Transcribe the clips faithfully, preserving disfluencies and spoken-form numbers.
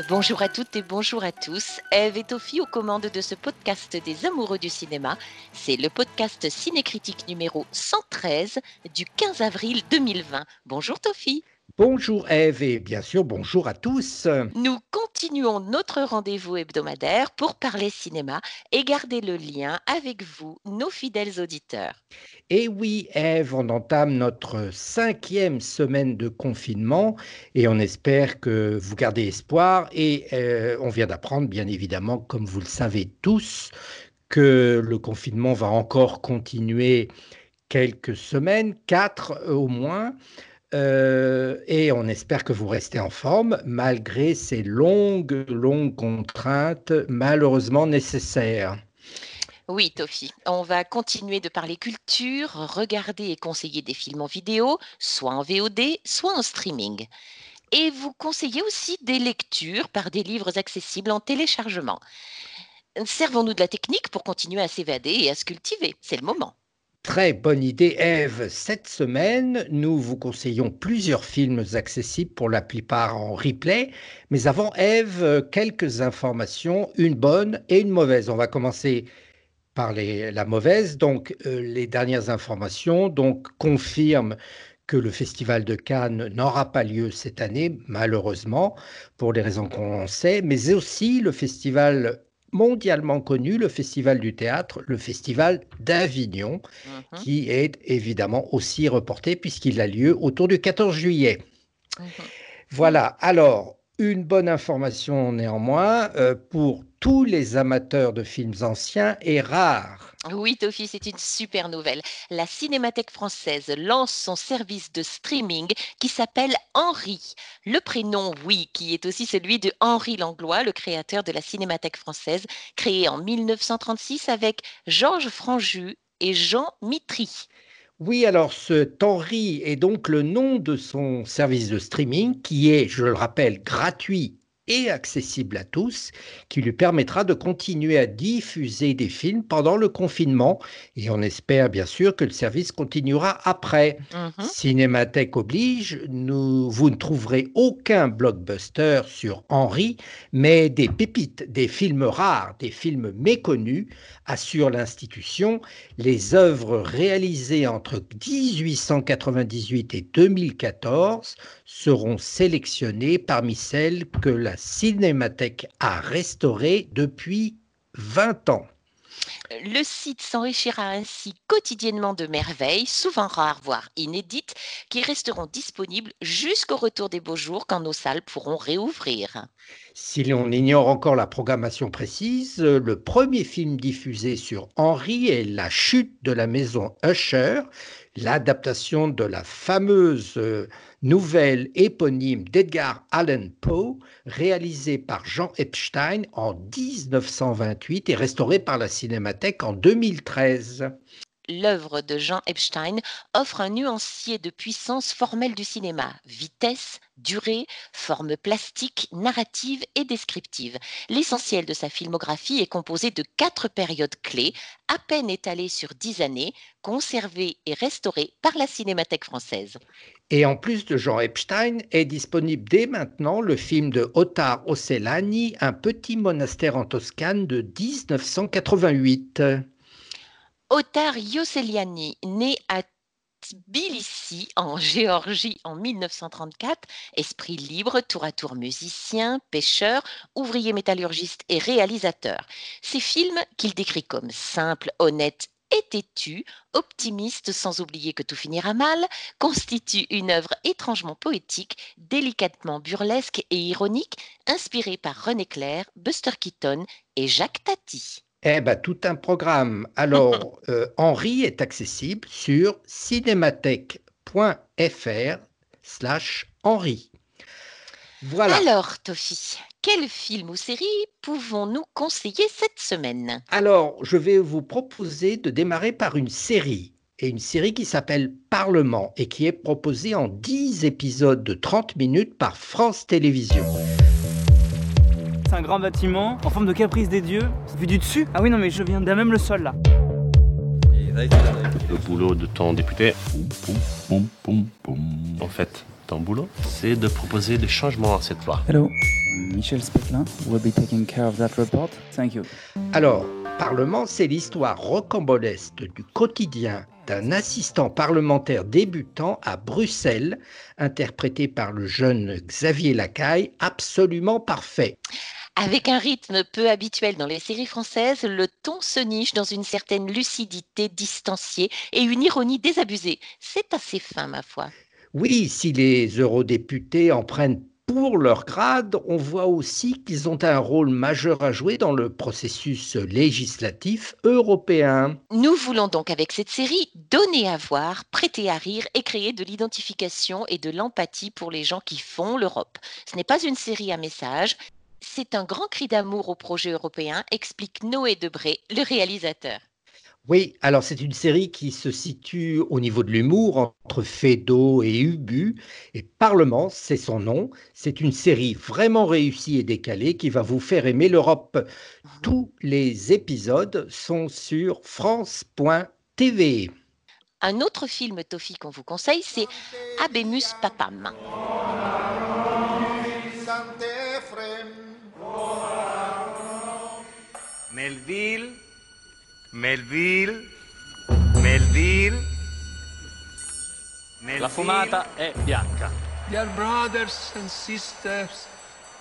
Bonjour à toutes et bonjour à tous. Ève et Tofi aux commandes de ce podcast des amoureux du cinéma. C'est le podcast cinécritique numéro cent treize du quinze avril deux mille vingt. Bonjour Tofi. Bonjour Ève et bien sûr bonjour à tous. Nous continuons notre rendez-vous hebdomadaire pour parler cinéma et garder le lien avec vous, nos fidèles auditeurs. Et oui Ève, on entame notre cinquième semaine de confinement et on espère que vous gardez espoir et euh, on vient d'apprendre bien évidemment, comme vous le savez tous, que le confinement va encore continuer quelques semaines, quatre au moins. Euh, et on espère que vous restez en forme malgré ces longues, longues contraintes malheureusement nécessaires. Oui, Tofi, on va continuer de parler culture, regarder et conseiller des films en vidéo, soit en V O D, soit en streaming. Et vous conseillez aussi des lectures par des livres accessibles en téléchargement. Servons-nous de la technique pour continuer à s'évader et à se cultiver. C'est le moment. Très bonne idée, Ève. Cette semaine, nous vous conseillons plusieurs films accessibles pour la plupart en replay. Mais avant, Ève, quelques informations, une bonne et une mauvaise. On va commencer par les, la mauvaise. Donc, euh, les dernières informations donc, confirment que le Festival de Cannes n'aura pas lieu cette année, malheureusement, pour les raisons qu'on sait, mais aussi le festival mondialement connu, le Festival du théâtre, le Festival d'Avignon, Mhm, qui est évidemment aussi reporté puisqu'il a lieu autour du quatorze juillet. mhm. Voilà, alors, une bonne information néanmoins, euh, pour tous les amateurs de films anciens et rares. Oui, Tofi, c'est une super nouvelle. La Cinémathèque française lance son service de streaming qui s'appelle Henri. Le prénom, oui, qui est aussi celui de Henri Langlois, le créateur de la Cinémathèque française, créée en mille neuf cent trente-six avec Georges Franju et Jean Mitry. Oui, alors ce Henri est donc le nom de son service de streaming qui est, je le rappelle, gratuit et accessible à tous, qui lui permettra de continuer à diffuser des films pendant le confinement. Et on espère bien sûr que le service continuera après. Mhm. Cinémathèque oblige, nous, vous ne trouverez aucun blockbuster sur Henri, mais des pépites, des films rares, des films méconnus, assure l'institution. Les œuvres réalisées entre dix-huit cent quatre-vingt-dix-huit et deux mille quatorze seront sélectionnées parmi celles que la Cinémathèque a restaurées depuis vingt ans. Le site s'enrichira ainsi quotidiennement de merveilles, souvent rares, voire inédites, qui resteront disponibles jusqu'au retour des beaux jours quand nos salles pourront réouvrir. Si l'on ignore encore la programmation précise, le premier film diffusé sur Henri est La chute de la maison Usher, l'adaptation de la fameuse nouvelle éponyme d'Edgar Allan Poe, réalisée par Jean Epstein en dix-neuf cent vingt-huit et restaurée par la Cinémathèque en deux mille treize. L'œuvre de Jean Epstein offre un nuancier de puissance formelle du cinéma, vitesse, durée, forme plastique, narrative et descriptive. L'essentiel de sa filmographie est composé de quatre périodes clés, à peine étalées sur dix années, conservées et restaurées par la Cinémathèque française. Et en plus de Jean Epstein, est disponible dès maintenant le film de Ottar Ossellani, Un petit monastère en Toscane de dix-neuf cent quatre-vingt-huit. Ottar Yosseliani, né à Tbilissi, en Géorgie, en mille neuf cent trente-quatre, esprit libre, tour à tour musicien, pêcheur, ouvrier métallurgiste et réalisateur. Ses films, qu'il décrit comme simples, honnêtes et têtus, optimistes sans oublier que tout finira mal, constituent une œuvre étrangement poétique, délicatement burlesque et ironique, inspirée par René Clair, Buster Keaton et Jacques Tati. Eh bien, tout un programme. Alors, euh, Henri est accessible sur cinémathèque.fr slash Henri. Voilà. Alors, Tofi, quel film ou série pouvons-nous conseiller cette semaine? Alors, je vais vous proposer de démarrer par une série. Et une série qui s'appelle Parlement et qui est proposée en dix épisodes de trente minutes par France Télévisions. C'est un grand bâtiment en forme de caprice des dieux. Vu du dessus? Ah oui, non, mais je viens d'un même le sol là. Le boulot de ton député, poum, poum, poum, poum. En fait, ton boulot, c'est de proposer des changements à cette loi. Hello. Michel Spetlin will be taking care of that report. Thank you. Alors, Parlement, c'est l'histoire rocambolesque du quotidien d'un assistant parlementaire débutant à Bruxelles, interprété par le jeune Xavier Lacaille, absolument parfait. Avec un rythme peu habituel dans les séries françaises, le ton se niche dans une certaine lucidité distanciée et une ironie désabusée. C'est assez fin, ma foi. Oui, si les eurodéputés en prennent pour leur grade, on voit aussi qu'ils ont un rôle majeur à jouer dans le processus législatif européen. Nous voulons donc avec cette série donner à voir, prêter à rire et créer de l'identification et de l'empathie pour les gens qui font l'Europe. Ce n'est pas une série à message, c'est un grand cri d'amour au projet européen, explique Noé Debré, le réalisateur. Oui, alors c'est une série qui se situe au niveau de l'humour entre Feydeau et Ubu. Et Parlement, c'est son nom. C'est une série vraiment réussie et décalée qui va vous faire aimer l'Europe. Tous les épisodes sont sur France point T V. Un autre film, Tofi, qu'on vous conseille, c'est Habemus Papam. Melville, Melville, Melville, Melville. La fumata è bianca. Dear brothers and sisters,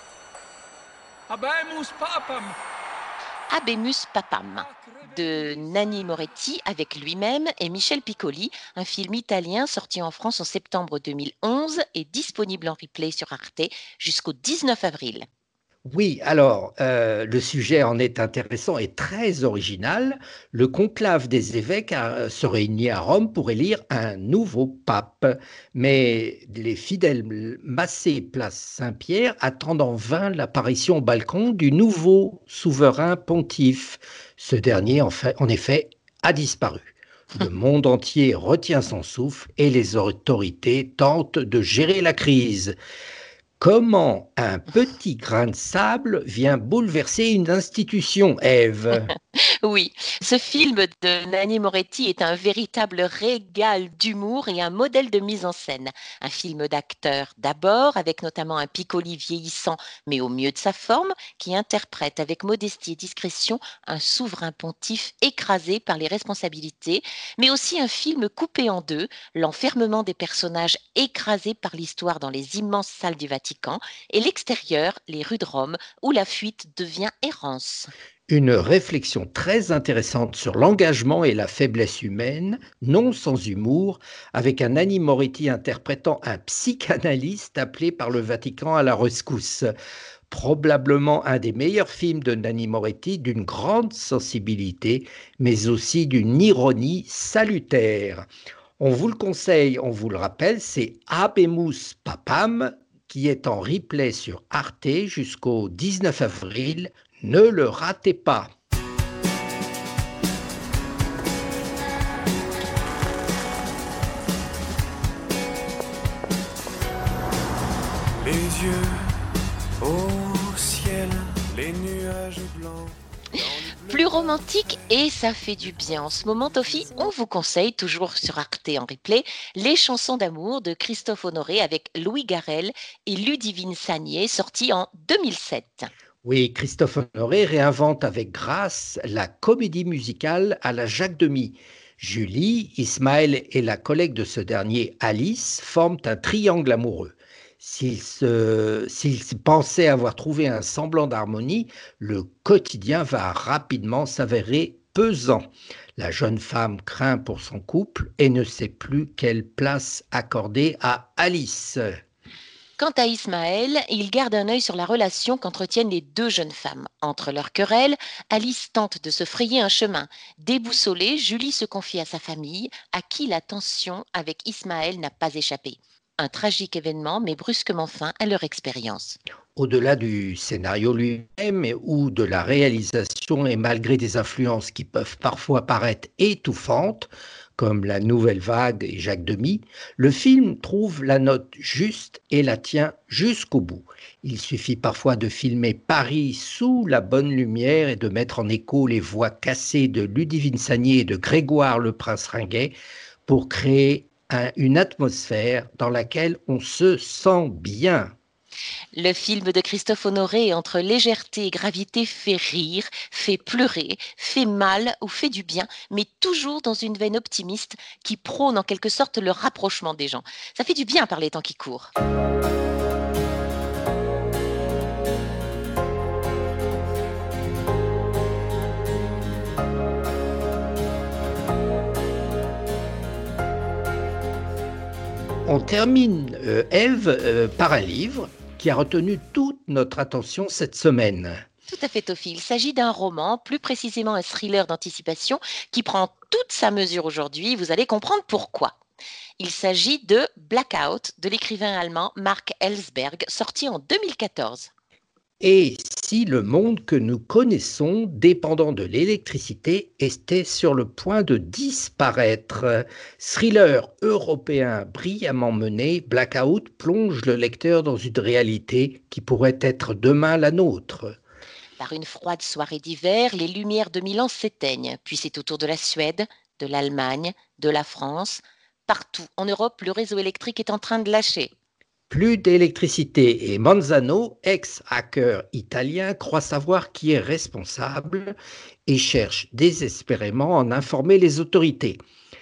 Habemus Papam. Habemus Papam de Nanni Moretti avec lui-même et Michel Piccoli, un film italien sorti en France en septembre deux mille onze et disponible en replay sur Arte jusqu'au dix-neuf avril. Oui, alors euh, le sujet en est intéressant et très original. Le conclave des évêques a, se réunit à Rome pour élire un nouveau pape. Mais les fidèles massés place Saint-Pierre attendent en vain l'apparition au balcon du nouveau souverain pontife. Ce dernier, en, fait, en effet, a disparu. Le monde entier retient son souffle et les autorités tentent de gérer la crise. Comment un petit grain de sable vient bouleverser une institution, Ève? Oui, ce film de Nanni Moretti est un véritable régal d'humour et un modèle de mise en scène. Un film d'acteur d'abord, avec notamment un Piccoli vieillissant, mais au mieux de sa forme, qui interprète avec modestie et discrétion un souverain pontife écrasé par les responsabilités, mais aussi un film coupé en deux, l'enfermement des personnages écrasés par l'histoire dans les immenses salles du Vatican, et l'extérieur, les rues de Rome, où la fuite devient errance. Une réflexion très intéressante sur l'engagement et la faiblesse humaine, non sans humour, avec un Nanni Moretti interprétant un psychanalyste appelé par le Vatican à la rescousse. Probablement un des meilleurs films de Nanni Moretti, d'une grande sensibilité, mais aussi d'une ironie salutaire. On vous le conseille, on vous le rappelle, c'est Habemus Papam, qui est en replay sur Arte jusqu'au dix-neuf avril. Ne le ratez pas. Les yeux au ciel, les nuages blancs. Plus romantique et ça fait du bien. En ce moment, Tofi, on vous conseille, toujours sur Arte en replay, les chansons d'amour de Christophe Honoré avec Louis Garrel et Ludivine Sagnier, sorti en deux mille sept. Oui, Christophe Honoré réinvente avec grâce la comédie musicale à la Jacques Demy. Julie, Ismaël et la collègue de ce dernier, Alice, forment un triangle amoureux. S'ils se, s'ils pensaient avoir trouvé un semblant d'harmonie, le quotidien va rapidement s'avérer pesant. La jeune femme craint pour son couple et ne sait plus quelle place accorder à Alice. Quant à Ismaël, il garde un œil sur la relation qu'entretiennent les deux jeunes femmes. Entre leurs querelles, Alice tente de se frayer un chemin. Déboussolée, Julie se confie à sa famille, à qui la tension avec Ismaël n'a pas échappé. Un tragique événement met brusquement fin à leur expérience. Au-delà du scénario lui-même ou de la réalisation et malgré des influences qui peuvent parfois paraître étouffantes, comme La Nouvelle Vague et Jacques Demy, le film trouve la note juste et la tient jusqu'au bout. Il suffit parfois de filmer Paris sous la bonne lumière et de mettre en écho les voix cassées de Ludivine Sagnier et de Grégoire le Prince Ringuet pour créer un, une atmosphère dans laquelle on se sent bien. Le film de Christophe Honoré, entre légèreté et gravité, fait rire, fait pleurer, fait mal ou fait du bien, mais toujours dans une veine optimiste qui prône en quelque sorte le rapprochement des gens. Ça fait du bien par les temps qui courent. On termine euh, Ève euh, par un livre qui a retenu toute notre attention cette semaine. Tout à fait, Tophie. Il s'agit d'un roman, plus précisément un thriller d'anticipation, qui prend toute sa mesure aujourd'hui. Vous allez comprendre pourquoi. Il s'agit de Blackout, de l'écrivain allemand Mark Ellsberg, sorti en deux mille quatorze. Et si le monde que nous connaissons, dépendant de l'électricité, était sur le point de disparaître? Thriller européen brillamment mené, Blackout plonge le lecteur dans une réalité qui pourrait être demain la nôtre. Par une froide soirée d'hiver, les lumières de Milan s'éteignent, puis c'est au tour de la Suède, de l'Allemagne, de la France. Partout en Europe, le réseau électrique est en train de lâcher. Plus d'électricité et Manzano, ex-hacker italien, croit savoir qui est responsable et cherche désespérément à en informer les autorités.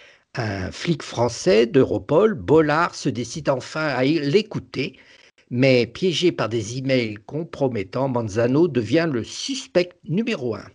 Un flic français d'Europol, Bollard, se décide enfin à l'écouter, mais piégé par des emails compromettants, Manzano devient le suspect numéro un.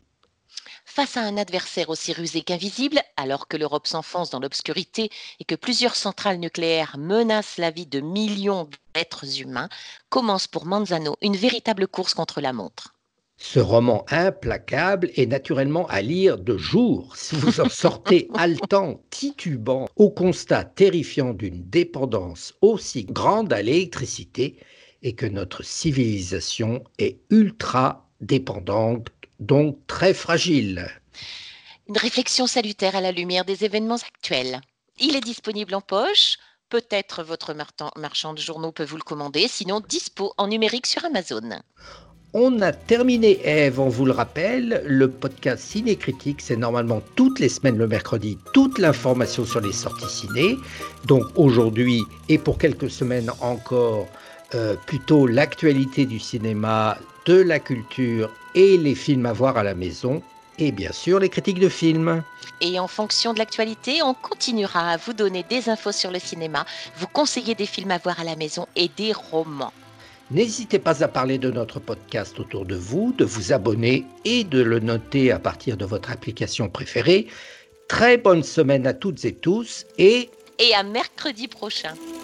Face à un adversaire aussi rusé qu'invisible, alors que l'Europe s'enfonce dans l'obscurité et que plusieurs centrales nucléaires menacent la vie de millions d'êtres humains, commence pour Manzano une véritable course contre la montre. Ce roman implacable est naturellement à lire de jour si vous en sortez haletant, titubant, au constat terrifiant d'une dépendance aussi grande à l'électricité et que notre civilisation est ultra dépendante, donc très fragile. Une réflexion salutaire à la lumière des événements actuels. Il est disponible en poche, peut-être votre marchand de journaux peut vous le commander, sinon dispo en numérique sur Amazon. On a terminé Ève, on vous le rappelle, le podcast Ciné Critique, c'est normalement toutes les semaines le mercredi, toute l'information sur les sorties ciné. Donc aujourd'hui et pour quelques semaines encore, euh, plutôt l'actualité du cinéma, de la culture et les films à voir à la maison et bien sûr les critiques de films. Et en fonction de l'actualité, on continuera à vous donner des infos sur le cinéma, vous conseiller des films à voir à la maison et des romans. N'hésitez pas à parler de notre podcast autour de vous, de vous abonner et de le noter à partir de votre application préférée. Très bonne semaine à toutes et tous et... Et à mercredi prochain.